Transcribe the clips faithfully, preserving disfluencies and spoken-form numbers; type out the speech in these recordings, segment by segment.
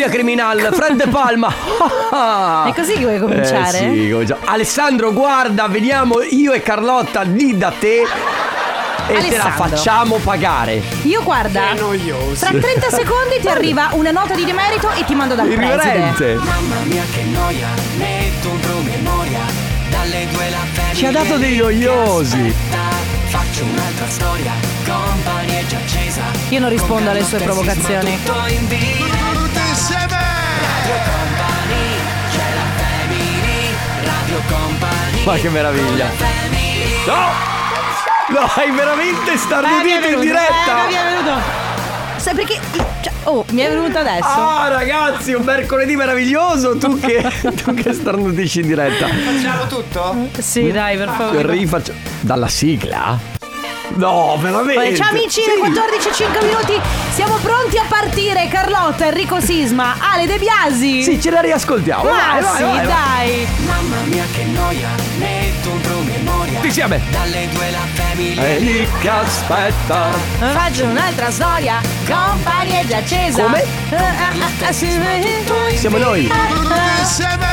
Famiglia Criminal, Fred De Palma. È così che vuoi cominciare? Eh sì, cominciamo. Alessandro, guarda, veniamo io e Carlotta lì da te e Alessandro, te la facciamo pagare. Io guarda, È noioso. tra trenta secondi ti arriva una nota di demerito e ti mando dal preside. Irriverente. Mamma mia che noia, metto un promemoria. Dalle due la famiglia. Ci ha dato dei noiosi. Faccio un'altra storia, compagnia è già accesa. Io non rispondo alle sue provocazioni. Tutto in diretta. Radio Company, c'è la family. Radio Company. Ma che meraviglia. No! No, hai veramente starnutito in diretta. Eh, mi è venuto. Sai perché? Cioè, oh, mi è venuto adesso. Ah, ragazzi, un mercoledì meraviglioso. Tu che, tu che starnutisci in diretta. Facciamo tutto? Sì, dai, per favore. Rifaccio. Dalla sigla? No, veramente. Ciao amici, Sì. le quattordici e cinque minuti. Siamo pronti a partire. Carlotta, Enrico Sisma, Ale De Biasi. Sì, ce la riascoltiamo. Ma vai, vai, sì, vai, vai. dai. Mamma mia che noia, metto un promemoria. Insieme. Dalle due la family. E lì che aspetta. Faccio un'altra storia. Compagnia è già accesa. Come? Eh, ah, ah, sì, eh. Siamo noi. Company,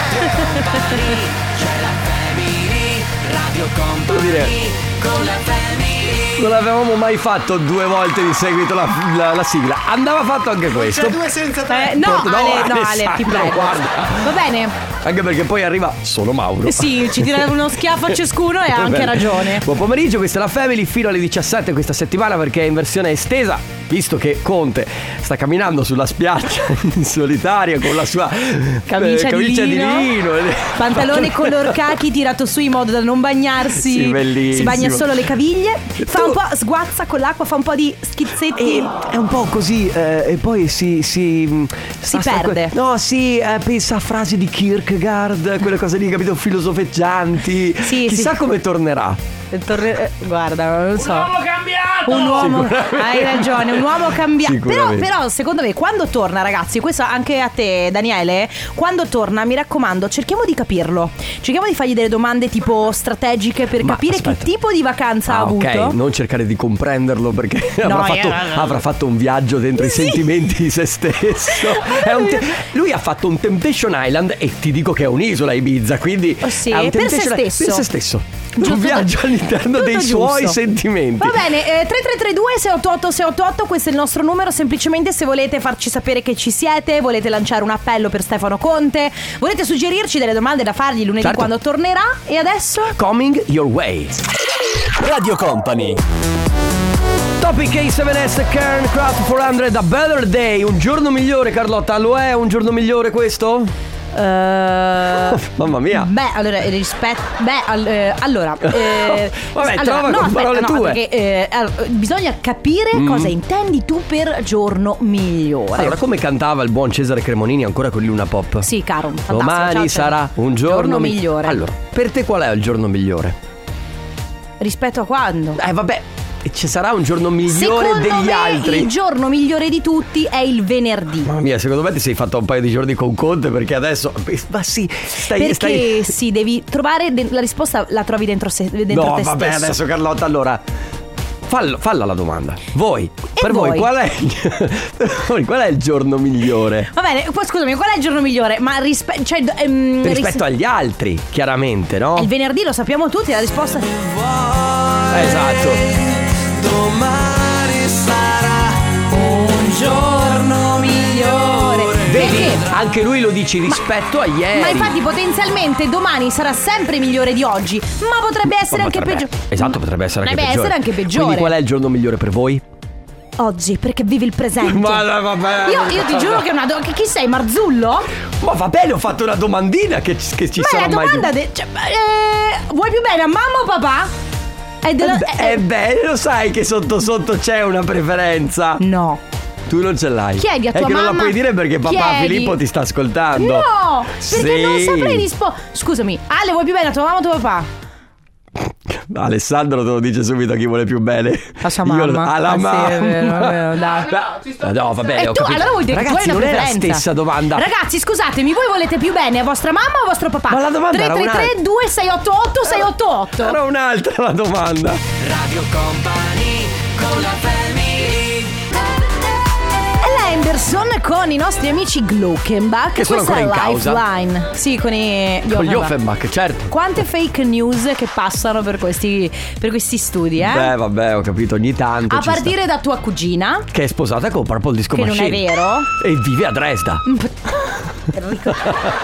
c'è la family. Radio Devo dire- Company, con la family. Non avevamo mai fatto due volte di seguito la, la, la sigla. Andava fatto anche questo. C'è due senza tre. Eh, no, No, Ale, no, Ale, ti Alessandro, prego. guarda. Va bene. Anche perché poi arriva solo Mauro. Sì, ci tira uno schiaffo a ciascuno e ha anche Bene. ragione. Buon pomeriggio, questa è la Family fino alle diciassette questa settimana perché è in versione estesa, visto che Conte sta camminando sulla spiaggia in solitaria con la sua Camicia, eh, camicia di, di lino, lino. pantalone color khaki tirato su in modo da non bagnarsi. Sì, bellissimo. Si bagna solo le caviglie. Fa Tu- un po', sguazza con l'acqua, fa un po' di schizzetti. E è un po' così eh, e poi si si, Si sta- perde. No, sì, eh, pensa a frasi di Kierkegaard, quelle cose lì, capito, filosofeggianti. Sì, Chissà sì. come tornerà. Torne- eh, guarda, non lo so. cambiato! Un uomo, Sicuramente. hai ragione, un uomo cambiato. Però, Sicuramente. però, secondo me, quando torna, ragazzi, questo anche a te, Daniele, quando torna, mi raccomando, cerchiamo di capirlo. Cerchiamo di fargli delle domande tipo strategiche per Ma capire aspetta. che tipo di vacanza ha Ah, avuto. ok, non cercare di comprenderlo perché No, avrà, fatto, io- no, no. avrà fatto un viaggio dentro i Sì. sentimenti di se stesso. È un te- lui ha fatto un Temptation Island e ti dico che è un'isola Ibiza, quindi Oh, sì, è un per se Temptation Island- stesso. per se stesso. Giusto, un viaggio tutto- all'interno tutto dei suoi giusto. sentimenti. Va bene, eh, tre tre tre due sei otto otto sei otto otto, questo è il nostro numero. Semplicemente se volete farci sapere che ci siete, volete lanciare un appello per Stefano Conte, volete suggerirci delle domande da fargli lunedì Certo. quando tornerà. E adesso? Coming your way. Radio Company. Topic A sette S Kern Craft quattrocento A Better Day. Un giorno migliore, Carlotta. Lo è un giorno migliore questo? Eh, Mamma mia. Beh, allora rispetto. Beh, al- eh, allora. eh, Vabbè, allora, trova no, con aspetta, parole no, tue. perché eh, allora, bisogna capire cosa intendi tu per giorno migliore. Allora, come cantava il buon Cesare Cremonini ancora con Luna Pop? Sì, caro, fantastico. Domani Ciao, sarà ciao. un giorno, Giorno mi- migliore. Allora, per te qual è il giorno migliore? Rispetto a quando? Eh vabbè, ci sarà un giorno migliore Secondo degli me altri. il giorno migliore di tutti è il venerdì. Mamma mia, secondo me ti sei fatto un paio di giorni con Conte perché adesso. Ma sì, stai. Perché stai... sì, devi trovare de- la risposta, la trovi dentro, se- dentro No, te vabbè, stesso. adesso Carlotta, allora. Fallo, falla la domanda. Voi, per voi? voi, qual è per voi, qual è il giorno migliore? Va bene, poi scusami, qual è il giorno migliore? Ma rispe- cioè, ehm, Rispetto agli altri, chiaramente, no? il venerdì lo sappiamo tutti, la risposta Esatto. Domani sarà un giorno migliore. Vedi, Perché? anche lui lo dice rispetto a ieri. Ma infatti potenzialmente domani sarà sempre migliore di oggi, ma potrebbe essere Ma anche potrebbe- peggiore. Esatto, potrebbe essere anche Potrebbe peggiore. essere anche peggiore. Quindi qual è il giorno migliore per voi? Oggi, perché vivi il presente. Ma no, vabbè. Io, io ti giuro che è una do- che chi sei, Marzullo? Ma va bene, ho fatto una domandina che, che ci Ma è sarà la mai. domanda de- cioè, eh, vuoi più bene a mamma o papà? È della- Eh è- beh, lo sai che sotto sotto c'è una preferenza. No. Tu non ce l'hai. Chiedi a È tua che non la mamma- puoi dire perché papà chiedi. Filippo ti sta ascoltando. No, perché Sì. non saprei rispondere. Scusami, Ale, vuoi più bene a tua mamma o tuo papà? Alessandro te lo dice subito a chi vuole più bene. A sua Io lo- mamma. alla Ah, sì, mamma. è vero, è vero, dai. Ah, no, vabbè, E ho tu, capito. allora vuol dire che tu Ragazzi, hai una non è la preferenza. stessa domanda. Ragazzi, scusatemi, voi volete più bene a vostra mamma o a vostro papà? Ma la domanda era tre tre tre due sei otto otto sei otto otto. Era un'altra la domanda. Radio Company con la family. Land Anderson con i nostri amici Glockenbach. Che sono Questa ancora è in causa. Lifeline. Sì, con i Con gli Offenbach, certo. Quante fake news che passano per questi, per questi studi, eh? Beh, vabbè, ho capito, ogni tanto. A ci partire da tua cugina, sta. Che è sposata con Purple Disco che non Machine. è vero. E vive a Dresda. Enrico.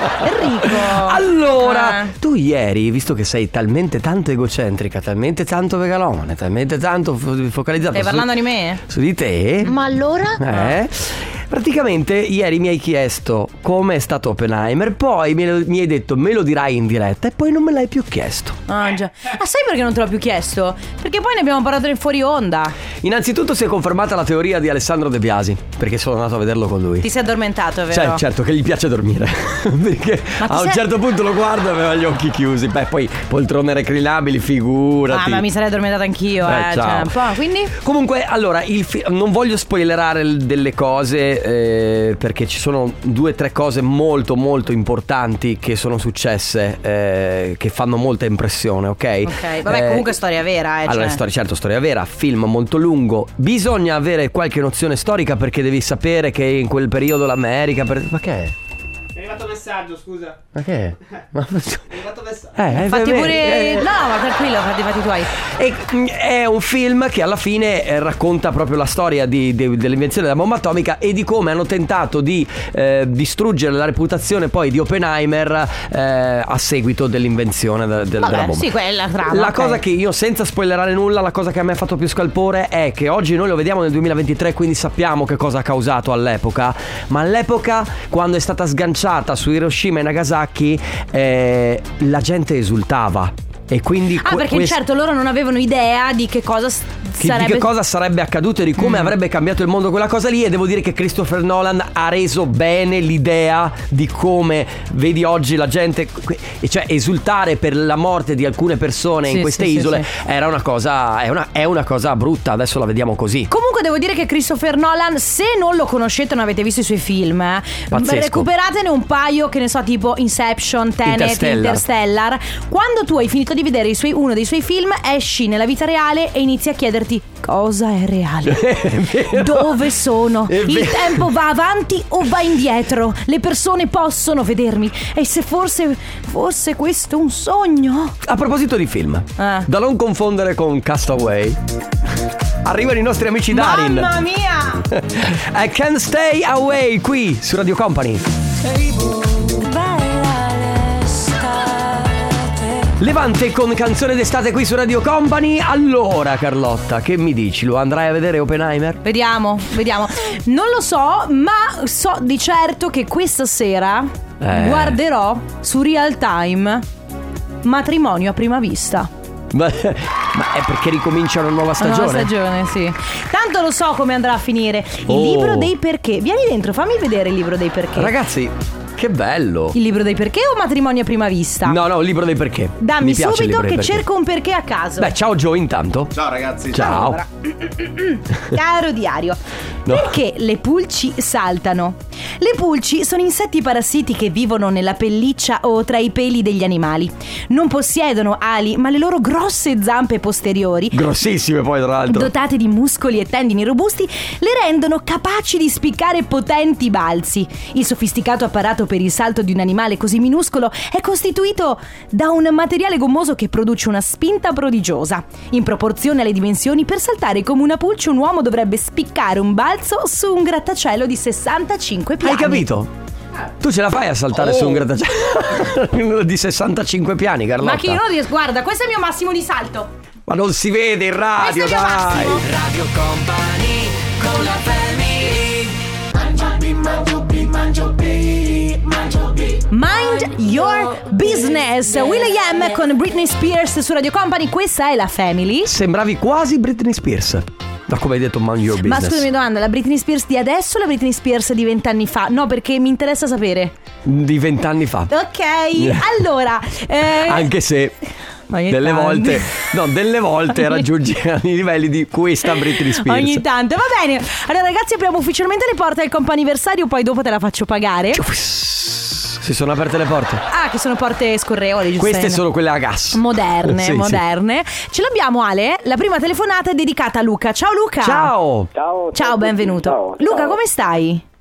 Enrico. Allora, Ah. tu ieri, visto che sei talmente tanto egocentrica, talmente tanto megalomane, talmente tanto fo- focalizzata Stai su- parlando di me? su di te. Ma allora? Eh? Praticamente ieri mi hai chiesto come è stato Oppenheimer, poi mi, mi hai detto me lo dirai in diretta e poi non me l'hai più chiesto. Ah già. Ah, sai perché non te l'ho più chiesto? Perché poi ne abbiamo parlato in fuori onda. Innanzitutto si è confermata la teoria di Alessandro De Biasi, perché sono andato a vederlo con lui. Ti sei addormentato, vero? Cioè, certo che gli piace dormire. Perché Ma ti a un sei- certo punto lo guardo e aveva gli occhi chiusi. Beh, poi poltrone reclinabili, figurati. Ah, ma mi sarei addormentata anch'io, Eh, eh. ciao. Cioè, un po', quindi? Comunque, allora, il fi- non voglio spoilerare l- delle cose eh, perché ci sono due o tre cose molto molto importanti che sono successe eh, che fanno molta impressione, ok? Ok, vabbè, Eh, comunque storia vera, eh. Allora, cioè. storia, certo, storia vera, film molto lungo. Bisogna avere qualche nozione storica perché devi sapere che in quel periodo l'America per... Ma che è? È arrivato un messaggio, scusa. Ma che è? Ma... È arrivato un messaggio. Eh, Fatti vabbè, pure. eh. No, ma tranquillo, fatti i fatti tuoi. E, mm, è un film che alla fine eh, racconta proprio la storia di- di- dell'invenzione della bomba atomica e di come hanno tentato di eh, distruggere la reputazione poi di Oppenheimer eh, a seguito dell'invenzione de- de- Vabbè, della bomba. sì, quella è la trama. La ok. cosa che io, senza spoilerare nulla, la cosa che a me ha fatto più scalpore è che oggi noi lo vediamo nel duemilaventitré, quindi sappiamo che cosa ha causato all'epoca. Ma all'epoca, quando è stata sganciata su Hiroshima e Nagasaki, eh, la gente esultava. E quindi Ah, que- perché quest- certo loro non avevano idea di che cosa s- che- sarebbe. di che cosa sarebbe accaduto e di come Mm. avrebbe cambiato il mondo quella cosa lì. E devo dire che Christopher Nolan ha reso bene l'idea di come vedi oggi la gente, e cioè esultare per la morte di alcune persone Sì, in queste sì, sì, isole sì. era una cosa è una, è una cosa brutta. Adesso la vediamo così. Comunque devo dire che Christopher Nolan, se non lo conoscete, non avete visto i suoi film, eh, Pazzesco. recuperatene un paio, che ne so, tipo Inception, Tenet, Interstellar. Interstellar. Quando tu hai finito di vedere i suoi, uno dei suoi film, esci nella vita reale e inizi a chiederti cosa è reale. È vero. Dove sono? È Il vero. tempo va avanti o va indietro? Le persone possono vedermi? E se forse, forse questo è un sogno? A proposito di film, Ah. da non confondere con Castaway, arrivano i nostri amici Darin. Mamma mia! I Can't Stay Away qui su Radio Company. Levante con canzone d'estate qui su Radio Company. Allora Carlotta, che mi dici? Lo andrai a vedere Oppenheimer? Vediamo, vediamo. Non lo so, ma so di certo che questa sera Eh. guarderò su Real Time Matrimonio a prima vista. Ma, ma è perché ricomincia una nuova La stagione? nuova stagione, sì. Tanto lo so come andrà a finire. Il Oh. libro dei perché. Vieni dentro, fammi vedere il libro dei perché. Ragazzi, che bello. Il libro dei perché o Matrimonio a prima vista? No, no, il libro dei perché. Dammi Mi piace il subito libro dei che perché. cerco un perché a caso. Beh, ciao Joe intanto. Ciao ragazzi. Ciao. Allora. Caro diario, No. perché le pulci saltano? Le pulci sono insetti parassiti che vivono nella pelliccia o tra i peli degli animali. Non possiedono ali, ma le loro grosse zampe posteriori, Grossissime poi tra l'altro. dotate di muscoli e tendini robusti, le rendono capaci di spiccare potenti balzi. Il sofisticato apparato per il salto di un animale così minuscolo è costituito da un materiale gommoso che produce una spinta prodigiosa. In proporzione alle dimensioni, per saltare come una pulce un uomo dovrebbe spiccare un balzo su un grattacielo di sessantacinque piani. Hai capito? Tu ce la fai a saltare Oh. su un grattacielo di sessantacinque piani, Carlotta? Ma che io non riesco, guarda, questo è il mio massimo di salto. Ma non si vede in radio, Questo è il mio dai. massimo. Radio Company con la family. Mangiabi, mangiabi, mangiabi, mangiabi. Mind Your Business, will.i.am con Britney Spears su Radio Company. Questa è la Family. Sembravi quasi Britney Spears. Da come hai detto, mind your Ma business. scusami, domanda, la Britney Spears di adesso o la Britney Spears di vent'anni fa? No, perché mi interessa sapere. Di vent'anni fa. Ok, allora eh, Anche se ogni delle tanto. volte, no, delle volte Ogni- raggiungi i livelli di questa Britney Spears. Ogni tanto, va bene. Allora ragazzi, apriamo ufficialmente le porte del comp'anniversario, poi dopo te la faccio pagare. Si sono aperte le porte. Ah, che sono porte scorrevoli, giusto? Queste sono quelle a gas. moderne, Sì, sì. moderne. Ce l'abbiamo, Ale. La prima telefonata è dedicata a Luca. Ciao Luca. Ciao. Ciao. Ciao, benvenuto. Ciao, Luca, ciao. come stai?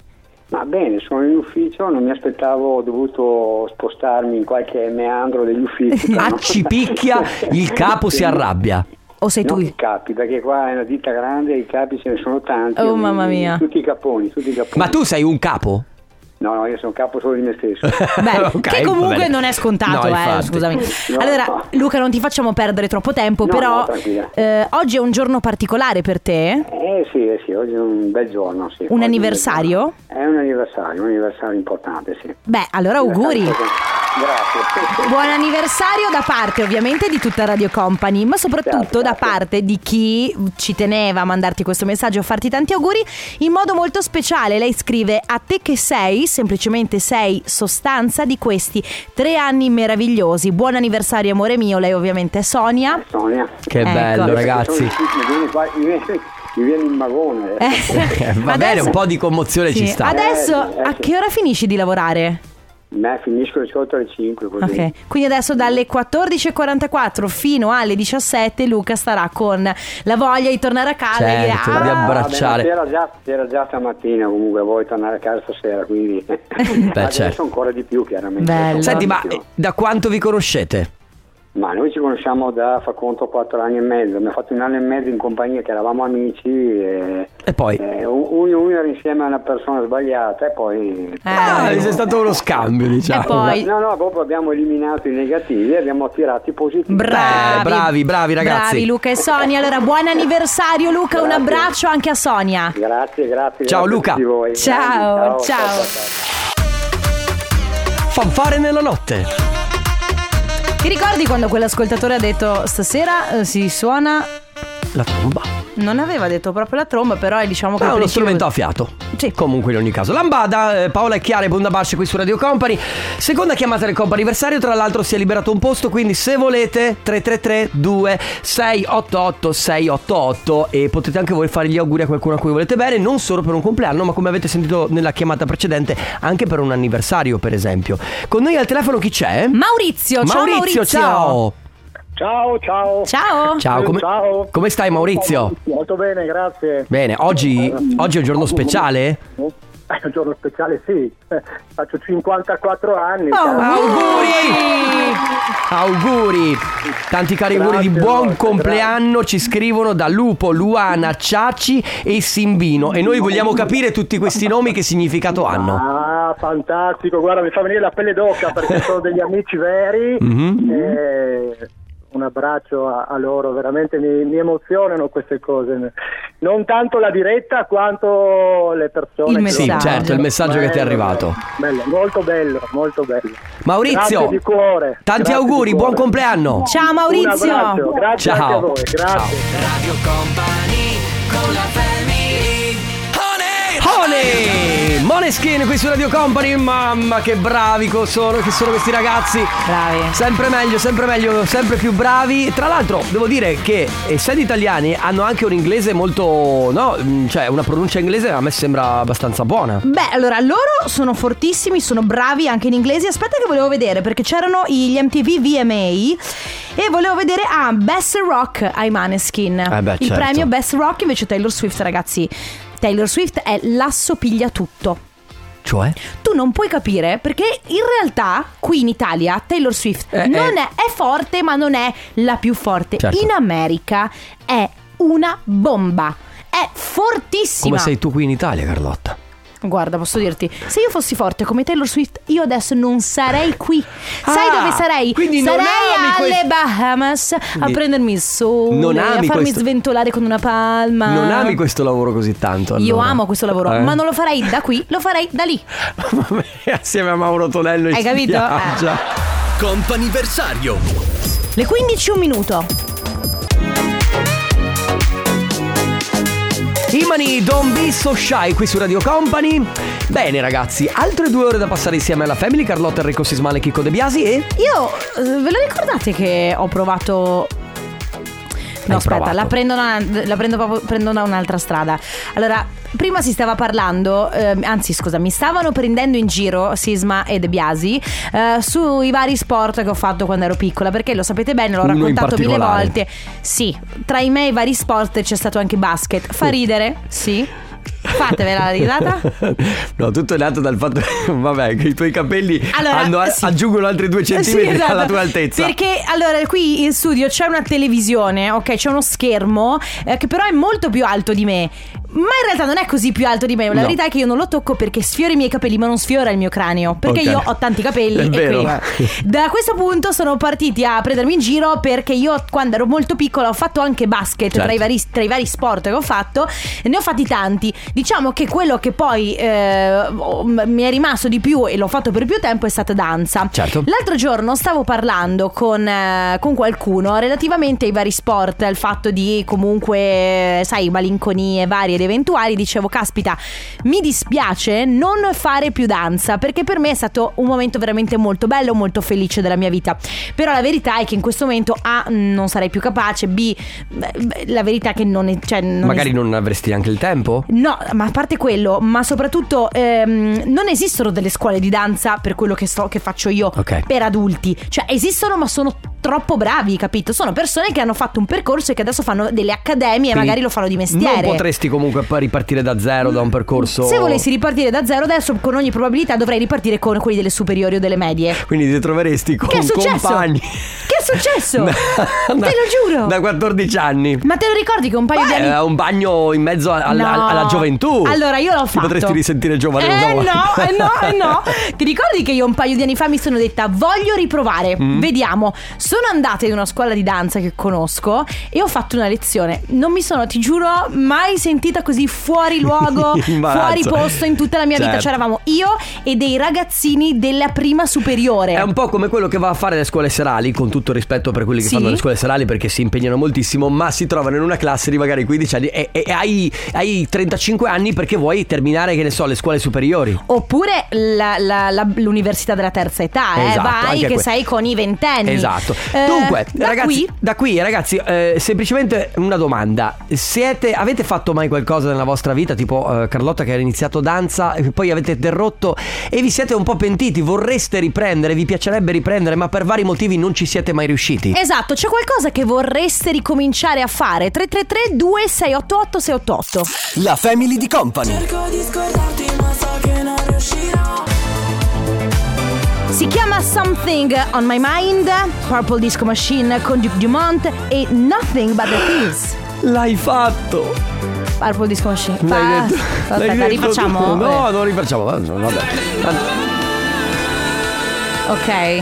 Ma bene, sono in ufficio, non mi aspettavo, ho dovuto spostarmi in qualche meandro degli uffici. Accipicchia, il capo si arrabbia. O sei non tu? i capi, perché qua è una ditta grande e i capi ce ne sono tanti. Oh mamma mia. Tutti i caponi, tutti i caponi. Ma tu sei un capo? No, no, io sono capo solo di me stesso. Beh, Ok, che comunque vabbè. non è scontato, No, eh, infatti. scusami. No, allora, no. Luca, non ti facciamo perdere troppo tempo, No, però no, tranquilla. eh, oggi è un giorno particolare per te? Eh sì, eh sì, oggi è un bel giorno, sì. Un Oggi anniversario? È, un bel giorno. È un anniversario, un anniversario importante, sì. Beh, allora auguri. Grazie. Buon anniversario da parte ovviamente di tutta Radio Company, ma soprattutto Certo, da certo. parte di chi ci teneva a mandarti questo messaggio e a farti tanti auguri in modo molto speciale. Lei scrive: a te che sei, semplicemente sei sostanza di questi tre anni meravigliosi. Buon anniversario amore mio. Lei ovviamente è Sonia. Sonia. Che Ecco. bello, ragazzi. Mi viene, qua, mi viene, mi viene il magone. Eh, Eh, va adesso- bene, un po' di commozione sì, ci sta. Adesso Eh, eh, a sì. che ora finisci di lavorare? Me finisco le otto alle cinque così. Ok, quindi adesso dalle quattordici e quarantaquattro fino alle diciassette Luca starà con la voglia di tornare a casa e dire: Certo, "Ah, di Ah, abbracciare. vabbè, c'era già, c'era già stamattina, comunque vuoi tornare a casa stasera, quindi adesso certo. ancora di più chiaramente. Bello. Senti, ma Adesso- da quanto vi conoscete? Ma noi ci conosciamo da, fa conto, quattro anni e mezzo. Abbiamo fatto un anno e mezzo in compagnia, che eravamo amici e, E poi? e uno, uno era insieme a una persona sbagliata e poi... Eh, Ah, c'è stato uno scambio, diciamo. E poi- No, no, dopo abbiamo eliminato i negativi e abbiamo attirato i positivi. Bravi, Eh, bravi, bravi, ragazzi. Bravi Luca e Sonia. Allora, buon anniversario Luca, un Grazie. abbraccio anche a Sonia. Grazie, grazie. Ciao, grazie Luca. a tutti voi. Ciao, Grazie, ciao. Fanfare nella notte. Ti ricordi quando quell'ascoltatore ha detto stasera eh, si suona? La tromba. Non aveva detto proprio la tromba, però è diciamo che Ah, il uno principio- strumento a fiato. Sì. Comunque in ogni caso. Lambada, eh, Paola e Chiara e Bunda Basce qui su Radio Company. Seconda chiamata del compo anniversario. Tra l'altro si è liberato un posto, quindi se volete tre tre tre due sei otto otto sei otto otto. E potete anche voi fare gli auguri a qualcuno a cui volete bene. Non solo per un compleanno, ma come avete sentito nella chiamata precedente, anche per un anniversario, per esempio. Con noi al telefono chi c'è? Maurizio, ciao Maurizio. ciao. Ciao, ciao. Ciao. Ciao, come, Ciao. come stai Maurizio? Molto bene, grazie. Bene, oggi, oggi è un giorno speciale? È un giorno speciale, sì. Faccio cinquantaquattro anni. Oh, caro. Auguri! Auguri! Tanti cari auguri di Grazie, buon grazie, compleanno ci scrivono da Lupo, Luana, Ciaci e Simbino. E noi vogliamo capire tutti questi nomi che significato hanno. Ah, fantastico, guarda, mi fa venire la pelle d'oca perché sono degli amici veri. Mhm. E un abbraccio a, a loro, veramente mi, mi emozionano queste cose. Non tanto la diretta quanto le persone. Il che- Sì, messaggio. certo, il messaggio che ti è Bello, arrivato. Bello, molto bello, molto bello. Maurizio, Grazie di cuore. tanti Grazie auguri, di buon cuore. compleanno. Ciao Un Maurizio. abbraccio, grazie Ciao. anche a voi, grazie. Radio Company con la family. Honey! Måneskin qui su Radio Company. Mamma che bravi che sono, che sono questi ragazzi. Bravi. Sempre meglio, sempre meglio, sempre più bravi. Tra l'altro devo dire che essendo italiani hanno anche un inglese molto, no, mm, cioè una pronuncia inglese a me sembra abbastanza buona. Beh, allora loro sono fortissimi, sono bravi anche in inglese. Aspetta che volevo vedere, perché c'erano gli M T V V M A e volevo vedere ah, Best Rock ai Maneskin. Eh beh, Il certo. premio Best Rock invece Taylor Swift, ragazzi. Taylor Swift è l'assopiglia tutto. Cioè? Tu non puoi capire perché in realtà qui in Italia Taylor Swift Eh, non eh. È, è forte, ma non è la più forte. Certo. In America è una bomba. È fortissima. Come sei tu qui in Italia, Carlotta? Guarda, posso dirti, se io fossi forte come Taylor Swift, io adesso non sarei qui. Sai Ah, dove sarei? quindi non sarei ami alle quest- Bahamas a Quindi prendermi il sole, non a ami farmi questo- sventolare con una palma. Non ami questo lavoro così tanto? Io allora? amo questo lavoro, Eh? ma non lo farei da qui, lo farei da lì. Assieme a Mauro Tonello in Hai capito? spiaggia. Comp'anniversario. Le quindici e un minuto. Imani, don't be so shy qui su Radio Company. Bene ragazzi, altre due ore da passare insieme alla Family. Carlotta, Enrico Sismale, Chicco De Biasi e... Io, eh, ve lo ricordate che ho provato... No, Hai aspetta, provato. la prendo, da, la prendo proprio prendo da un'altra strada. Allora, prima si stava parlando, eh, anzi scusa, mi stavano prendendo in giro Sisma e De Biasi eh, sui vari sport che ho fatto quando ero piccola, perché lo sapete bene, l'ho Uno in raccontato mille particolare. volte. Sì, tra i miei vari sport c'è stato anche basket. Fa ridere? Sì. Fatevela la risata. No, tutto è nato dal fatto vabbè, che i tuoi capelli allora, hanno, sì. aggiungono altri due centimetri sì, esatto. alla tua altezza. Perché allora qui in studio c'è una televisione, ok, c'è uno schermo eh, che però è molto più alto di me. Ma in realtà non è così più alto di me. La no. verità è che io non lo tocco perché sfiora i miei capelli, ma non sfiora il mio cranio. Perché okay. io ho tanti capelli. È e vero. quindi da questo punto sono partiti a prendermi in giro, perché io quando ero molto piccola ho fatto anche basket, certo. tra, i vari, tra i vari sport che ho fatto. E ne ho fatti tanti. Diciamo che quello che poi eh, mi è rimasto di più e l'ho fatto per più tempo è stata danza. Certo. L'altro giorno stavo parlando con, eh, con qualcuno relativamente ai vari sport, al fatto di comunque, sai, malinconie varie ed eventuali. Dicevo, caspita, mi dispiace non fare più danza, perché per me è stato un momento veramente molto bello, molto felice della mia vita. Però la verità è che in questo momento A, non sarei più capace, B, la verità è che non è, cioè, non magari es- non avresti anche il tempo? No, ma a parte quello, ma soprattutto ehm, non esistono delle scuole di danza per quello che sto che faccio io, okay. per adulti. Cioè esistono, ma sono troppo bravi, capito? Sono persone che hanno fatto un percorso e che adesso fanno delle accademie. Quindi e magari lo fanno di mestiere. Non potresti comunque poi ripartire da zero da un percorso? Se volessi ripartire da zero adesso, con ogni probabilità dovrei ripartire con quelli delle superiori o delle medie. Quindi ti troveresti con che è successo? compagni. Che è successo? da, Te lo giuro. Da quattordici anni. Ma te lo ricordi che un paio Beh, di anni è un bagno in mezzo al, no. alla, alla gioventù. Allora io l'ho Ti fatto. potresti risentire giovane. Eh no, no, eh no, eh no. Ti ricordi che io un paio di anni fa mi sono detta voglio riprovare, mm. vediamo. Sono andata in una scuola di danza che conosco e ho fatto una lezione. Non mi sono, ti giuro, mai sentita così fuori luogo, fuori posto in tutta la mia certo. vita. C'eravamo io e dei ragazzini della prima superiore. È un po' come quello che va a fare le scuole serali, con tutto rispetto per quelli che sì. fanno le scuole serali, perché si impegnano moltissimo, ma si trovano in una classe di magari quindici anni e, e hai, hai trentacinque anni perché vuoi terminare, che ne so, le scuole superiori. Oppure la, la, la, l'università della terza età, eh, esatto, vai che que- sei con i ventenni. Esatto. eh, Dunque da ragazzi, qui? da qui ragazzi eh, semplicemente una domanda. Siete, avete fatto mai qualcosa nella vostra vita, tipo eh, Carlotta che ha iniziato danza e poi avete interrotto e vi siete un po' pentiti, vorreste riprendere, vi piacerebbe riprendere, ma per vari motivi non ci siete mai riusciti? Esatto, c'è qualcosa che vorreste ricominciare a fare? Tre tre tre due sei otto otto sei otto otto. La Family di Company. Cerco di scordarti ma so che non riuscirò. Si chiama Something on My Mind, Purple Disco Machine con Duke Dumont e Nothing But The Thieves. L'hai fatto. Purple Disco Machine. L'hai Fa... detto. Aspetta, L'hai detto rifacciamo? tu. No, non rifacciamo. Vabbè. Ok.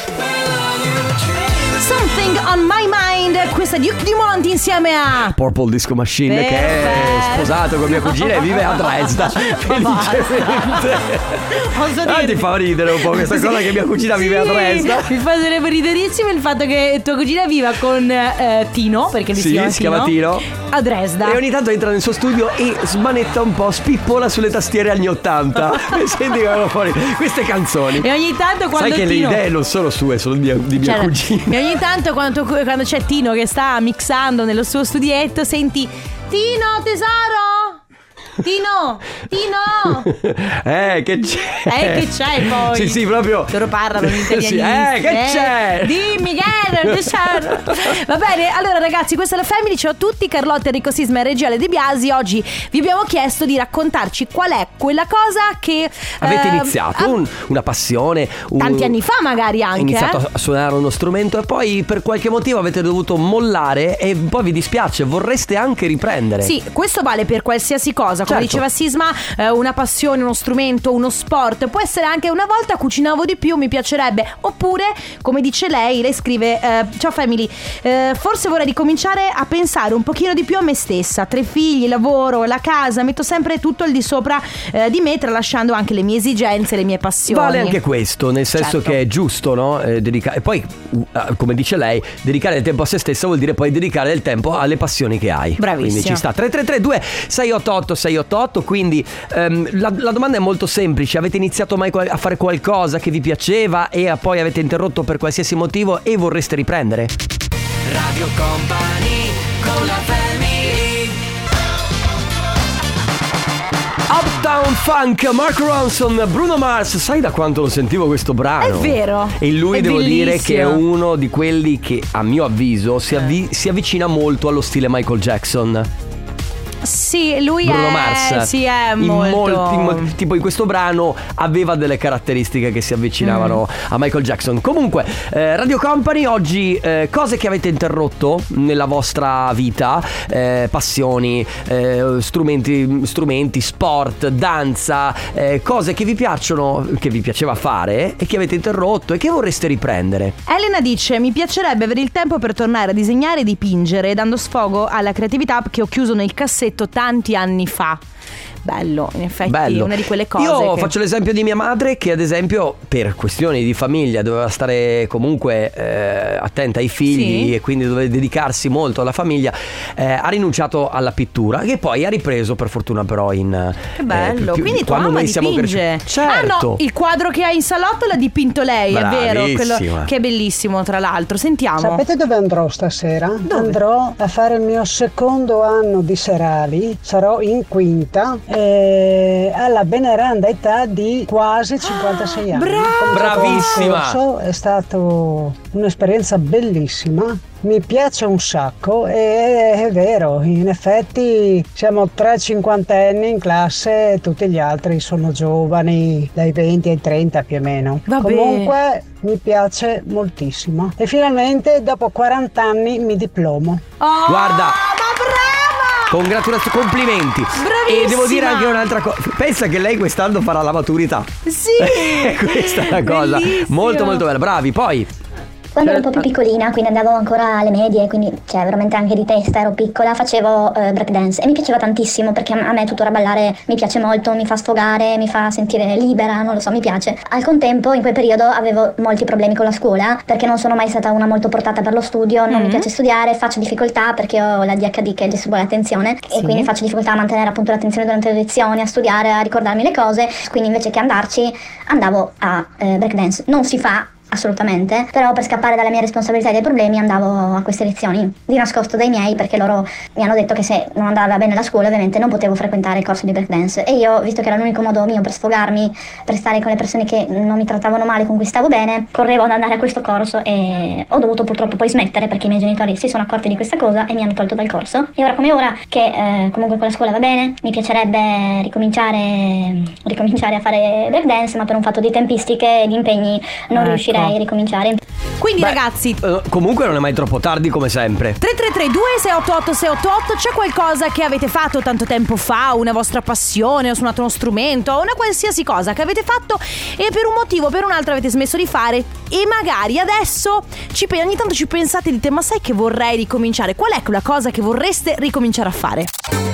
Something on My Mind, questa Duke Dumont insieme a Purple Disco Machine, Perfetto. che è sposato con mia cugina e vive a Dresda. Felicemente. Posso Ah, dirti? ti fa ridere un po' questa cosa che mia cugina Sì, vive a Dresda. Mi fa riderissimo il fatto che tua cugina viva con eh, Tino, perché lui Sì, si chiama si chiama Tino. a Dresda. E ogni tanto entra nel suo studio e smanetta un po', spippola sulle tastiere anni ottanta. E senti che vengono fuori queste canzoni. E ogni tanto quando Sai che Tino... le idee non sono sue, sono di, di mia Cioè, cugina. E ogni tanto quando, tu- quando c'è Tino che sta mixando nello suo studietto, senti Tino tesoro, Tino, Tino. Eh, che c'è? Eh, che c'è poi? Sì, sì, proprio. Loro parlano in italianissimo. Sì, eh, che c'è? Dimmi che c'è. Va bene, allora ragazzi, questa è la Family. Ciao a tutti, Carlotta, Enrico Sisma e Regiale De Biasi. Oggi vi abbiamo chiesto di raccontarci qual è quella cosa che Avete eh, iniziato ah, un- una passione un- tanti anni fa magari anche, iniziato eh? a suonare uno strumento e poi per qualche motivo avete dovuto mollare e poi vi dispiace, vorreste anche riprendere. Sì, questo vale per qualsiasi cosa. Come Certo. diceva Sisma, eh, una passione, uno strumento, uno sport. Può essere anche una volta cucinavo di più, mi piacerebbe. Oppure, come dice lei, lei scrive eh, ciao Family, eh, forse vorrei ricominciare a pensare un pochino di più a me stessa. Tre figli, lavoro, la casa, metto sempre tutto al di sopra eh, di me, tralasciando anche le mie esigenze, le mie passioni. Vale anche questo, nel senso Certo. che è giusto, no? Eh, dedica- e poi, uh, come dice lei, dedicare del tempo a se stessa vuol dire poi dedicare del tempo alle passioni che hai. Bravissimo. Quindi ci sta. Tre tre tre due sei otto otto sei otto otto. Quindi ehm, la, la domanda è molto semplice. Avete iniziato mai qual- a fare qualcosa che vi piaceva e poi avete interrotto per qualsiasi motivo e vorreste riprendere? Radio Company con la Family. Uptown Funk, Mark Ronson, Bruno Mars. Sai da quanto lo sentivo questo brano? È vero. E lui È devo dire bellissimo. che è uno di quelli che a mio avviso si, avvi- si avvicina molto allo stile Michael Jackson. Sì, lui Bruno è Mars. Sì, è in molto molti, in- tipo in questo brano aveva delle caratteristiche che si avvicinavano Mm. a Michael Jackson. Comunque eh, Radio Company oggi, eh, cose che avete interrotto nella vostra vita, eh, passioni, eh, strumenti, strumenti, sport, danza, eh, cose che vi piacciono, che vi piaceva fare e che avete interrotto e che vorreste riprendere. Elena dice: mi piacerebbe avere il tempo per tornare a disegnare e dipingere, dando sfogo alla creatività che ho chiuso nel cassetto tanti anni fa. Bello, in effetti Bello. una di quelle cose Io che... faccio l'esempio di mia madre che ad esempio per questioni di famiglia doveva stare comunque eh, attenta ai figli Sì. e quindi doveva dedicarsi molto alla famiglia, eh, ha rinunciato alla pittura che poi ha ripreso per fortuna però in Che bello, eh, più- quindi tua quando mamma noi siamo dipinge. cresciuti. Certo. Ah no, il quadro che hai in salotto l'ha dipinto lei, è vero, quello Bravissima. che è bellissimo tra l'altro. Sentiamo. Sapete dove andrò stasera? Dove? Andrò a fare il mio secondo anno di serali, sarò in quinta, eh, alla veneranda età di quasi cinquantasei anni. brava! Ho cominciato Bravissima! un corso, è stata un'esperienza bellissima. Mi piace un sacco e è vero, in effetti siamo tre cinquantenni in classe e tutti gli altri sono giovani, dai venti ai trenta più o meno. Vabbè. Comunque mi piace moltissimo e finalmente dopo quaranta anni mi diplomo. Oh, Guarda. ma brava! Congratulazioni, complimenti. Bravissima. E devo dire anche un'altra cosa. Pensa che lei quest'anno farà la maturità. Sì. Questa è una cosa Bellissimo. molto molto bella. Bravi, poi Quando ero un po' più piccolina, quindi andavo ancora alle medie, quindi cioè veramente anche di testa, ero piccola, facevo eh, breakdance e mi piaceva tantissimo perché a me tuttora ballare mi piace molto, mi fa sfogare, mi fa sentire libera, non lo so, mi piace. Al contempo in quel periodo avevo molti problemi con la scuola perché non sono mai stata una molto portata per lo studio, non Mm. mi piace studiare, faccio difficoltà perché ho la D H D che è il disturbo dell'attenzione Sì. e quindi faccio difficoltà a mantenere appunto l'attenzione durante le lezioni, a studiare, a ricordarmi le cose, quindi invece che andarci andavo a eh, breakdance. Non si fa assolutamente, però per scappare dalle mie responsabilità e dai problemi andavo a queste lezioni di nascosto dai miei perché loro mi hanno detto che se non andava bene la scuola ovviamente non potevo frequentare il corso di breakdance e io, visto che era l'unico modo mio per sfogarmi, per stare con le persone che non mi trattavano male, con cui stavo bene, correvo ad andare a questo corso e ho dovuto purtroppo poi smettere perché i miei genitori si sono accorti di questa cosa e mi hanno tolto dal corso e ora come ora che eh, comunque con la scuola va bene, mi piacerebbe ricominciare ricominciare a fare breakdance, ma per un fatto di tempistiche e di impegni non Ecco. riuscirei a ricominciare. Quindi beh, ragazzi, eh, comunque non è mai troppo tardi come sempre. tre tre tre due sei otto otto sei otto otto, c'è qualcosa che avete fatto tanto tempo fa, una vostra passione, o suonato uno strumento, o una qualsiasi cosa che avete fatto e per un motivo o per un altro avete smesso di fare e magari adesso ci, pe- ogni tanto ci pensate e dite ma sai che vorrei ricominciare, qual è quella cosa che vorreste ricominciare a fare?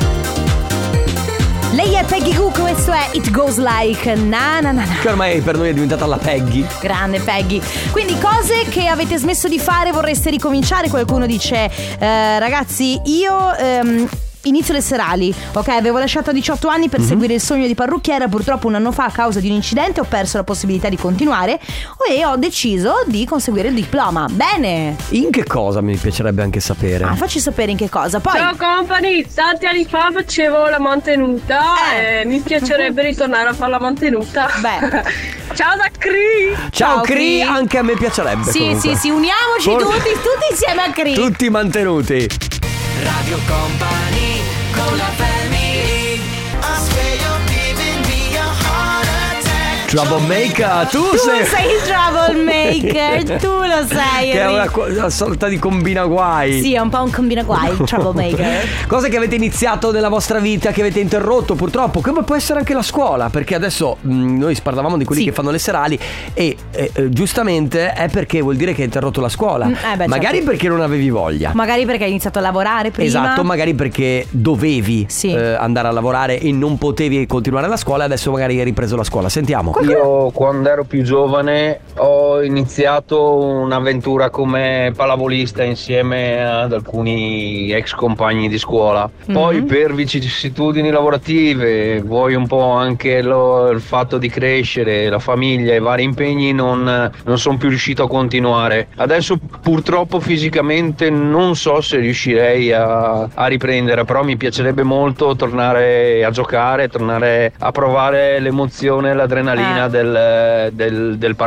Lei è Peggy Goo, questo è It Goes Like na na na na. Che ormai per noi è diventata la Peggy. Grande Peggy. Quindi cose che avete smesso di fare, vorreste ricominciare. Qualcuno dice eh, ragazzi io ehm, inizio le serali, ok, avevo lasciato a diciotto anni per Mhm. seguire il sogno di parrucchiera. Purtroppo un anno fa a causa di un incidente ho perso la possibilità di continuare e ho deciso di conseguire il diploma. Bene. In che cosa mi piacerebbe anche sapere? Ah, facci sapere in che cosa. Poi Ciao company, tanti anni fa facevo la mantenuta Eh. e mi piacerebbe ritornare a fare la mantenuta. Beh. Ciao da Cri! Ciao, Ciao, Cri, Cri. anche a me piacerebbe. sì comunque. sì sì, uniamoci For- tutti, tutti insieme a Cri. Tutti mantenuti. Radio Company con la family. Troublemaker, tu, Tu sei. sei il troublemaker, tu lo sei. Che è una, Enrico. co- una sorta di combina guai. Sì, è un po' un combina guai, il troublemaker. Cose che avete iniziato nella vostra vita, che avete interrotto purtroppo, come può essere anche la scuola, perché adesso mh, noi parlavamo di quelli Sì. che fanno le serali e eh, eh, giustamente è perché vuol dire che hai interrotto la scuola. Mm, eh beh, magari certo. perché non avevi voglia. Magari perché hai iniziato a lavorare prima. Esatto, magari perché dovevi Sì. eh, andare a lavorare e non potevi continuare la scuola, adesso magari hai ripreso la scuola. Sentiamo. Io quando ero più giovane ho iniziato un'avventura come pallavolista insieme ad alcuni ex compagni di scuola. Poi Mhm. per vicissitudini lavorative, vuoi un po' anche lo- il fatto di crescere, la famiglia e vari impegni, non, non sono più riuscito a continuare. Adesso purtroppo fisicamente non so se riuscirei a, a riprendere, però mi piacerebbe molto tornare a giocare, tornare a provare l'emozione, l'adrenalina Eh. del, del, del parquet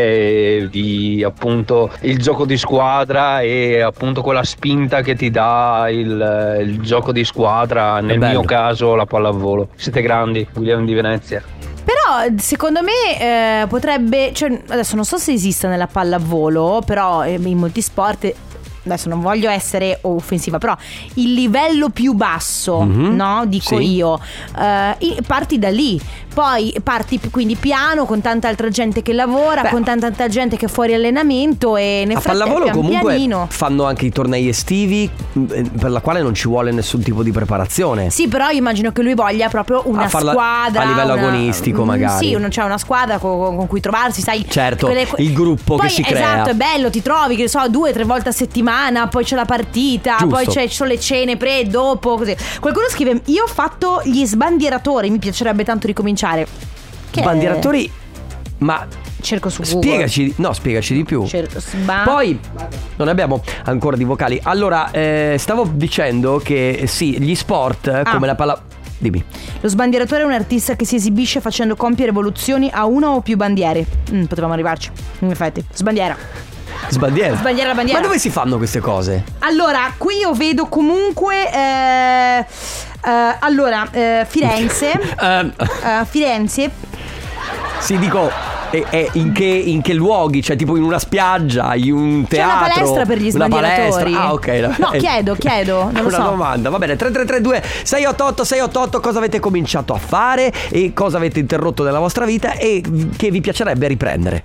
eh, di appunto il gioco di squadra e appunto quella spinta che ti dà il, il gioco di squadra, nel mio caso la pallavolo. Siete grandi, William di Venezia. Però secondo me eh, potrebbe, cioè, adesso non so se esista nella pallavolo, però eh, in molti sport, adesso non voglio essere offensiva, però il livello più basso, mm-hmm. no? Dico sì. io, eh, parti da lì. Poi parti quindi piano, con tanta altra gente che lavora, Beh. con tanta altra gente che è fuori allenamento, e nel a frattempo pallavolo comunque pianino. fanno anche i tornei estivi, per la quale non ci vuole nessun tipo di preparazione. Sì, però immagino che lui voglia proprio una squadra a livello una, agonistico magari. Sì, c'è una squadra con, con cui trovarsi, sai. Certo, quelle, il gruppo poi, che si crea. Esatto, è bello, ti trovi, che ne so, due o tre volte a settimana, poi c'è la partita, Giusto. poi c'è, ci sono le cene pre e dopo, così. Qualcuno scrive: io ho fatto gli sbandieratori, mi piacerebbe tanto ricominciare. Che Sbandieratori, è? ma cerco su Google. Spiegaci, no, spiegaci di più. Cerco, sba- Poi non abbiamo ancora di vocali. Allora, eh, stavo dicendo che sì, gli sport ah. come la palla. Dimmi. Lo sbandieratore è un artista che si esibisce facendo compiere evoluzioni a una o più bandiere. mm, Potevamo arrivarci, in effetti. Sbandiera Sbandiera. Sbandiera la bandiera. Ma dove si fanno queste cose? Allora, qui io vedo comunque eh, eh, allora eh, Firenze uh, uh, Firenze Sì, dico, e, e in, che, in che luoghi? Cioè tipo in una spiaggia, in un teatro? C'è una palestra per gli sbandieratori. Ah, ok. No, chiedo, chiedo, non lo una so. domanda, va bene. Tre tre tre due sei otto otto sei otto otto. Cosa avete cominciato a fare e cosa avete interrotto nella vostra vita e che vi piacerebbe riprendere?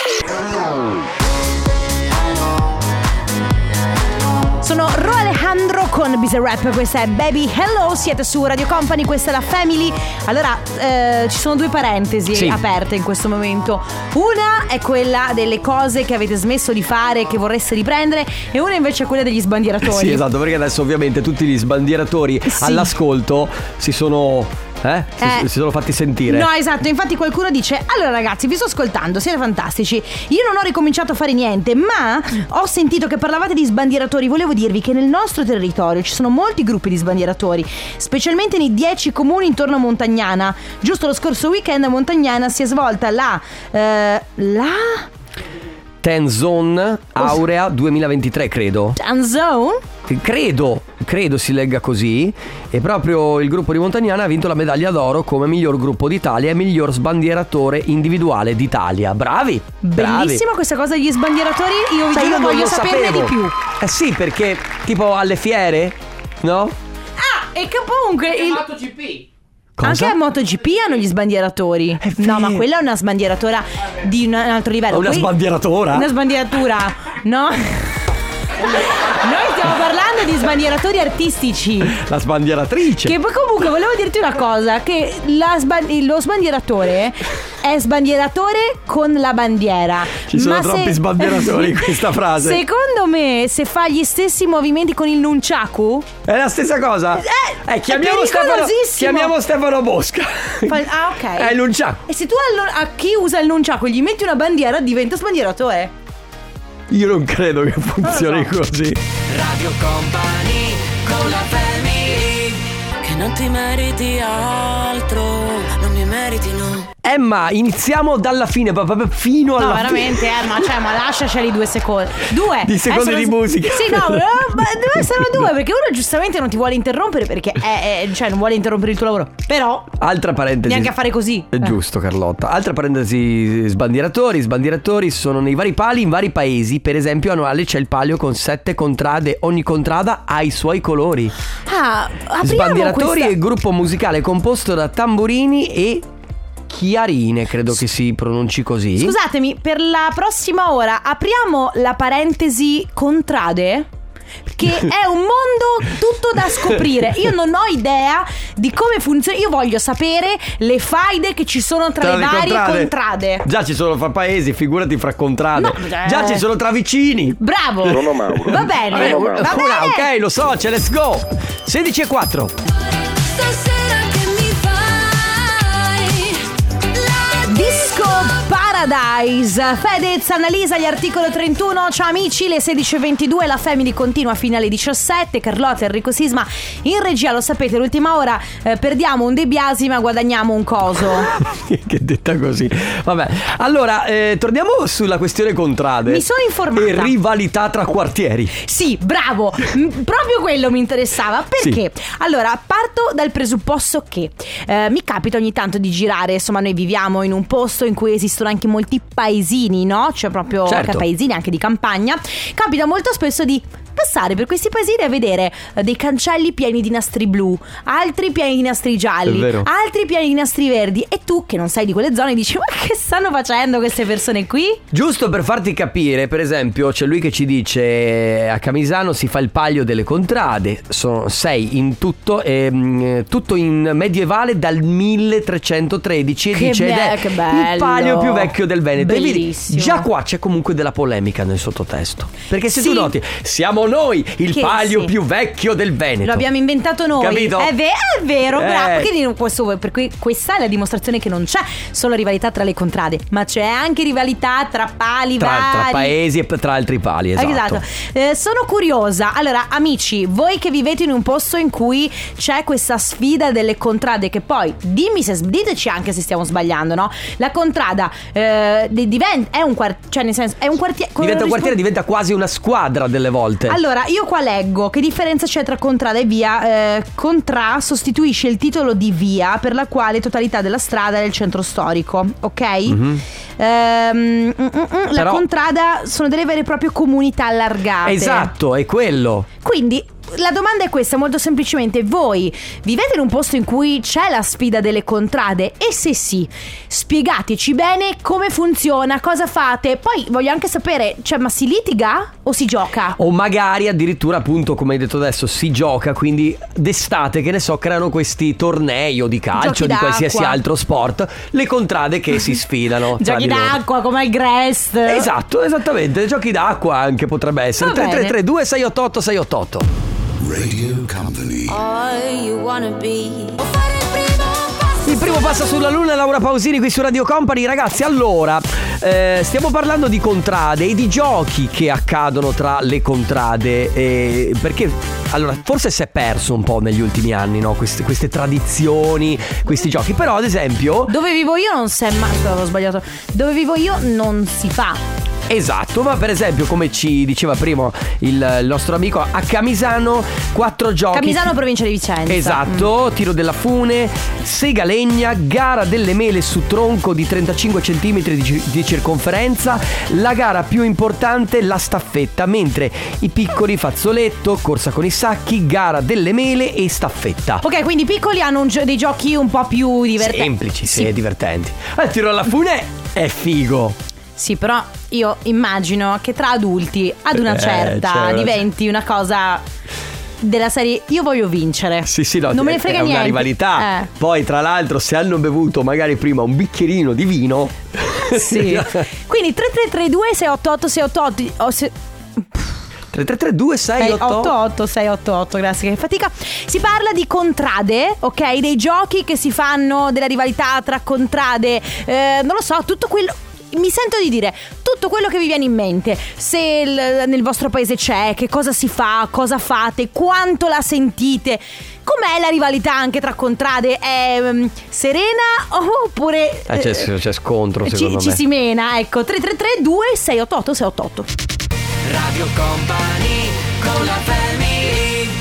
Sono Ro Alejandro con Bizarrap, questa è Baby Hello, siete su Radio Company, questa è la Family. Allora, eh, ci sono due parentesi sì. aperte in questo momento. Una è quella delle cose che avete smesso di fare, che vorreste riprendere, e una invece è quella degli sbandieratori. Sì, esatto, perché adesso ovviamente tutti gli sbandieratori sì. all'ascolto si sono... Eh? Si, eh, si sono fatti sentire. No, esatto, infatti qualcuno dice: allora ragazzi, vi sto ascoltando, siete fantastici. Io non ho ricominciato a fare niente, ma ho sentito che parlavate di sbandieratori. Volevo dirvi che nel nostro territorio ci sono molti gruppi di sbandieratori, specialmente nei dieci comuni intorno a Montagnana. Giusto lo scorso weekend a Montagnana si è svolta la eh, La Ten Zone Aurea duemilaventitré, credo. Ten Zone? Credo, credo si legga così. E proprio il gruppo di Montagnana ha vinto la medaglia d'oro come miglior gruppo d'Italia e miglior sbandieratore individuale d'Italia. Bravi! Bellissima bravi. Questa cosa degli sbandieratori. Io vi giuro, voglio saperne sapevo. di più. Eh sì, perché tipo alle fiere, no? Ah, e che comunque il MotoGP. Cosa? Anche a MotoGP hanno gli sbandieratori. No, ma quella è una sbandieratura di un altro livello. Una Qui, sbandieratura? Una sbandieratura, no? Noi stiamo parlando di sbandieratori artistici. La sbandieratrice. Che poi comunque volevo dirti una cosa, che la sban- lo sbandieratore è sbandieratore con la bandiera. Ci sono ma troppi se... sbandieratori in questa frase. Secondo me, se fa gli stessi movimenti con il nunchaku, è la stessa cosa. Eh, eh chiamiamo è Stefano, chiamiamo Stefano Bosca. Ah, ok. È il nunchaku. E se tu allora, a chi usa il nunchaku gli metti una bandiera, diventa sbandieratore. Io non credo che funzioni so. così. Radio Company con la Family. Che non ti meriti altro, non mi meriti no. Emma, iniziamo dalla fine, proprio fino alla fine. No, veramente, fine. Emma, cioè, ma lasciaceli due secondi. Due Di secondi di sono... musica. Sì, no, ma deve essere due, perché uno giustamente non ti vuole interrompere, perché è, è, cioè non vuole interrompere il tuo lavoro. Però altra parentesi, neanche a fare così. È giusto, Carlotta. Altra parentesi, sbandieratori. Sbandieratori sono nei vari pali in vari paesi. Per esempio a Noale c'è il palio con sette contrade. Ogni contrada ha i suoi colori. Ah, Sbandieratori questa... è il gruppo musicale composto da tamburini e chiarine, credo che si pronunci così. Scusatemi, per la prossima ora apriamo la parentesi contrade, che è un mondo tutto da scoprire. Io non ho idea di come funziona. Io voglio sapere le faide che ci sono tra, tra le varie contrade. contrade Già ci sono fra paesi, figurati fra contrade. No, eh. Già ci sono tra vicini. Bravo. Sono Mauro. Va bene, Vabbè, va una, bene. Ok, lo so, c'è, let's go. sedici e quattro. Disco Paradise. Fedez, Annalisa, gli articolo trentuno. Ciao amici, le sedici e ventidue, la Family continua fino alle diciassette. Carlotta, Enrico Sisma in regia, lo sapete, l'ultima ora eh, perdiamo un De Biasi ma guadagniamo un coso. Che detta così. Vabbè, allora eh, torniamo sulla questione contrade. Mi sono informata. E rivalità tra quartieri. Sì, bravo, M- proprio quello mi interessava. Perché? Sì. Allora, parto dal presupposto che eh, mi capita ogni tanto di girare. Insomma, noi viviamo in un posto in cui esistono anche molti paesini, no? Cioè proprio certo. paesini anche di campagna. Capita molto spesso di passare per questi paesini e vedere eh, dei cancelli pieni di nastri blu, altri pieni di nastri gialli, altri pieni di nastri verdi. E tu che non sei di quelle zone dici: ma che stanno facendo queste persone qui? Giusto per farti capire, per esempio, c'è lui che ci dice: a Camisano si fa il Palio delle Contrade. Sono sei in tutto, ehm, tutto in medievale dal milletrecentotredici. E Che dice: be- ed è che bello. il palio più vecchio del Veneto. E vedi, Bellissimo. già qua c'è comunque della polemica nel sottotesto. Perché se Sì. tu noti, siamo noi il Che palio sì. più vecchio del Veneto. Lo abbiamo inventato noi. Capito? È, ve- è vero, Eh. bravo. Quindi non posso, per cui questa è la dimostrazione che non c'è solo rivalità tra le contrade, ma c'è anche rivalità tra pali tra, vari. tra paesi e tra altri pali, esatto. Esatto. Eh, sono curiosa. Allora, amici, voi che vivete in un posto in cui c'è questa sfida delle contrade, che poi dimmi se diteci anche se stiamo sbagliando, no? La contrada eh, diventa è un quartiere, cioè nel senso è un quartiere. Diventa un quartiere, diventa quasi una squadra delle volte. Allora, io qua leggo che differenza c'è tra contrada e via. eh, Contra sostituisce il titolo di via per la quale totalità della strada è il centro storico, ok? Mm-hmm. Ehm, mm, mm, mm, la Però- contrada sono delle vere e proprie comunità allargate. Esatto, è quello. Quindi la domanda è questa, molto semplicemente: voi vivete in un posto in cui c'è la sfida delle contrade? E se sì, spiegateci bene come funziona, cosa fate. Poi voglio anche sapere, cioè, ma si litiga o si gioca? O magari addirittura, appunto, come hai detto adesso, si gioca. Quindi d'estate, che ne so, creano questi tornei o di calcio, Giochi di d'acqua. qualsiasi altro sport. Le contrade che si sfidano tra Giochi di loro. d'acqua come il Grest. Esatto, esattamente. Giochi d'acqua anche potrebbe essere. Va tre bene. tre tre due sei otto otto sei otto otto. Radio Company. Il primo passa sulla luna, Laura Pausini qui su Radio Company. Ragazzi, allora eh, stiamo parlando di contrade e di giochi che accadono tra le contrade, eh, perché allora forse si è perso un po' negli ultimi anni, no? Queste, queste tradizioni, questi giochi. Però ad esempio Dove vivo io non si è mai. Avevo sbagliato. Dove vivo io non si fa. esatto, ma per esempio, come ci diceva prima il, il nostro amico, a Camisano quattro giochi. Camisano, provincia di Vicenza. Esatto, mm. Tiro della fune, sega legna, gara delle mele su tronco di trentacinque centimetri di, di circonferenza. La gara più importante, la staffetta, mentre i piccoli fazzoletto, corsa con i sacchi, gara delle mele e staffetta. Ok, quindi i piccoli hanno un gio- dei giochi un po' più divertenti. Semplici, sì, e divertenti. Il tiro alla fune è figo. Sì, però io immagino che tra adulti ad una Eh, certa certo. diventi una cosa della serie io voglio vincere. Sì, sì, no, non me ne è- frega è niente. una rivalità. Eh. Poi tra l'altro, se hanno bevuto magari prima un bicchierino di vino. Sì. Quindi tre tre tre due sei otto otto sei otto otto o se... tre tre tre due sei otto otto sei otto otto, grazie, che fatica. Si parla di contrade, ok? Dei giochi che si fanno, della rivalità tra contrade, eh, non lo so, tutto quello. Mi sento di dire tutto quello che vi viene in mente. Se il- nel vostro paese c'è, che cosa si fa, cosa fate, quanto la sentite. Com'è la rivalità anche tra contrade? È um, serena oppure Eh, c'è, c'è scontro, ci, secondo ci me. si mena? Ecco, tre tre tre due sei otto otto sei otto otto. Radio Company con la family.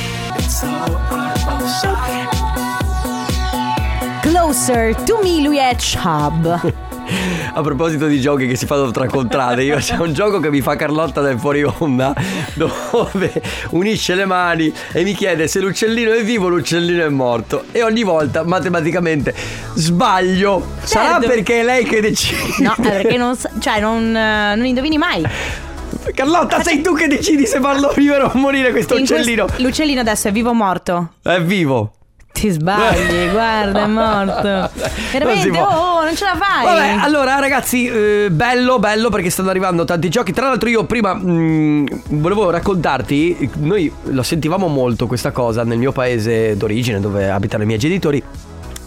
Closer to me, lui è Chubb. A proposito di giochi che si fanno tra contrade, io c'è un gioco che mi fa Carlotta del fuori onda, dove unisce le mani e mi chiede se l'uccellino è vivo o l'uccellino è morto. E ogni volta matematicamente sbaglio. Sarà Certo. perché è lei che decide. No, è perché non, sa- cioè non, eh, non indovini mai. Carlotta, sei tu che decidi se farlo vivere o morire questo In uccellino. questo- l'uccellino adesso è vivo o morto? È vivo. Ti sbagli, guarda, è morto. Veramente, Non si può. oh, non ce la fai. Vabbè, allora ragazzi, eh, bello, bello perché stanno arrivando tanti giochi. Tra l'altro io prima mh, volevo raccontarti, noi lo sentivamo molto questa cosa nel mio paese d'origine dove abitano i miei genitori.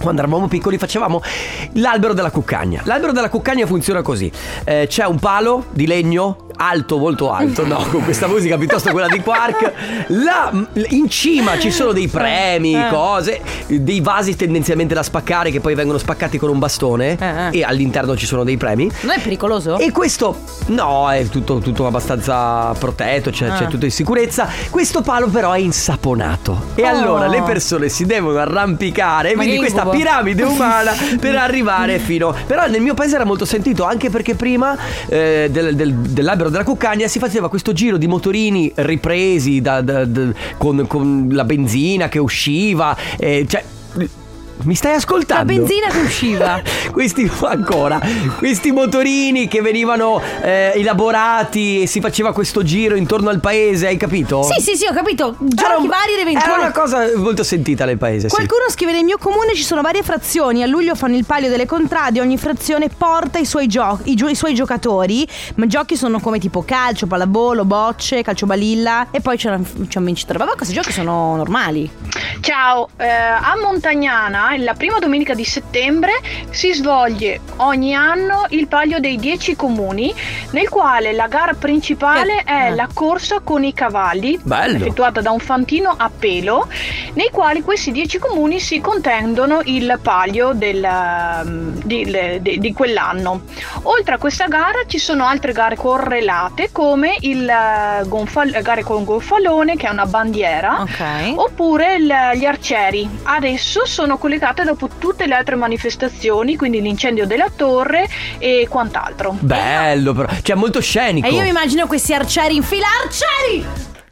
quando eravamo piccoli facevamo l'albero della cuccagna. L'albero della cuccagna funziona così: eh, c'è un palo di legno alto, molto alto, no, con questa musica piuttosto quella di Quark. Là, in cima ci sono dei premi, eh. cose, dei vasi tendenzialmente da spaccare che poi vengono spaccati con un bastone, eh. e all'interno ci sono dei premi. Non è pericoloso? E questo no, è tutto, tutto abbastanza protetto, c'è, ah. c'è tutto in sicurezza. Questo palo però è insaponato, e oh. allora le persone si devono arrampicare, Ma quindi questa incubo. piramide umana per arrivare fino. Però nel mio paese era molto sentito, anche perché prima eh, del, del, dell'albero della cuccagna si faceva questo giro di motorini ripresi da, da, da, con, con la benzina che usciva, eh, cioè. Mi stai ascoltando? La benzina che usciva. Questi ancora questi motorini che venivano eh, elaborati e si faceva questo giro intorno al paese, hai capito? Sì, sì, sì, ho capito. Giochi Era un- vari ed eventuali. Era una cosa molto sentita nel paese, sì. Qualcuno scrive: nel mio comune ci sono varie frazioni. A luglio fanno il palio delle contrade. Ogni frazione porta i suoi, gio- i, gio- i suoi giocatori. Ma giochi sono come tipo calcio, pallavolo, bocce, calcio balilla. E poi c'è, una, c'è un vincitore. Ma questi giochi sono normali. Ciao, eh, a Montagnana la prima domenica di settembre si svolge ogni anno il palio dei dieci comuni, nel quale la gara principale è eh. la corsa con i cavalli, Bello. effettuata da un fantino a pelo, nei quali questi dieci comuni si contendono il palio del, di, di, di quell'anno. Oltre a questa gara ci sono altre gare correlate, come il gonfal- gare con gonfalone, che è una bandiera, Ok. oppure il, gli arcieri. Adesso sono collegate dopo tutte le altre manifestazioni, quindi l'incendio della torre e quant'altro. Bello però, cioè molto scenico. E io mi immagino questi arcieri in fila. Arcieri!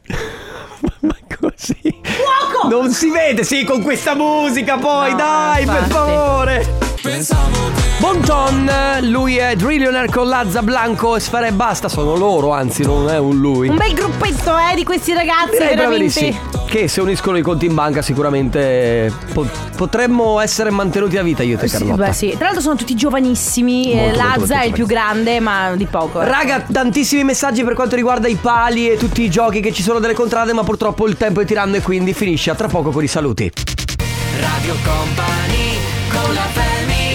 Ma così Fuoco! non si vede, sì, con questa musica poi, No, dai, per infatti. favore. Bon Ton, lui è Drillionaire con Lazza Blanco e Sfera e Basta. Sono loro, anzi non è un lui. Un bel gruppetto, eh, di questi ragazzi. Direi proprio di veramente. sì. Che se uniscono i conti in banca sicuramente po- potremmo essere mantenuti a vita io e te, Sì, Carlotta. beh, sì. Tra l'altro sono tutti giovanissimi. Molto, eh, molto, Lazza molto è il più grande, ma di poco. ecco. Raga, tantissimi messaggi per quanto riguarda i pali e tutti i giochi che ci sono delle contrade, ma purtroppo il tempo è tiranno e quindi finisce a tra poco con i saluti. Radio Company con la family.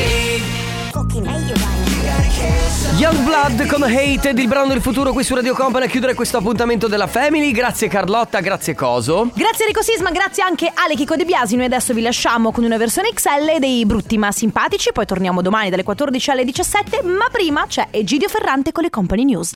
Youngblood con Hated, il brano del futuro qui su Radio Company a chiudere questo appuntamento della Family. Grazie Carlotta, grazie Coso. Grazie Enrico Sisma, grazie anche Ale Chico De Biasi. Noi adesso vi lasciamo con una versione X L dei Brutti ma Simpatici. Poi torniamo domani dalle quattordici alle diciassette. Ma prima c'è Egidio Ferrante con le Company News.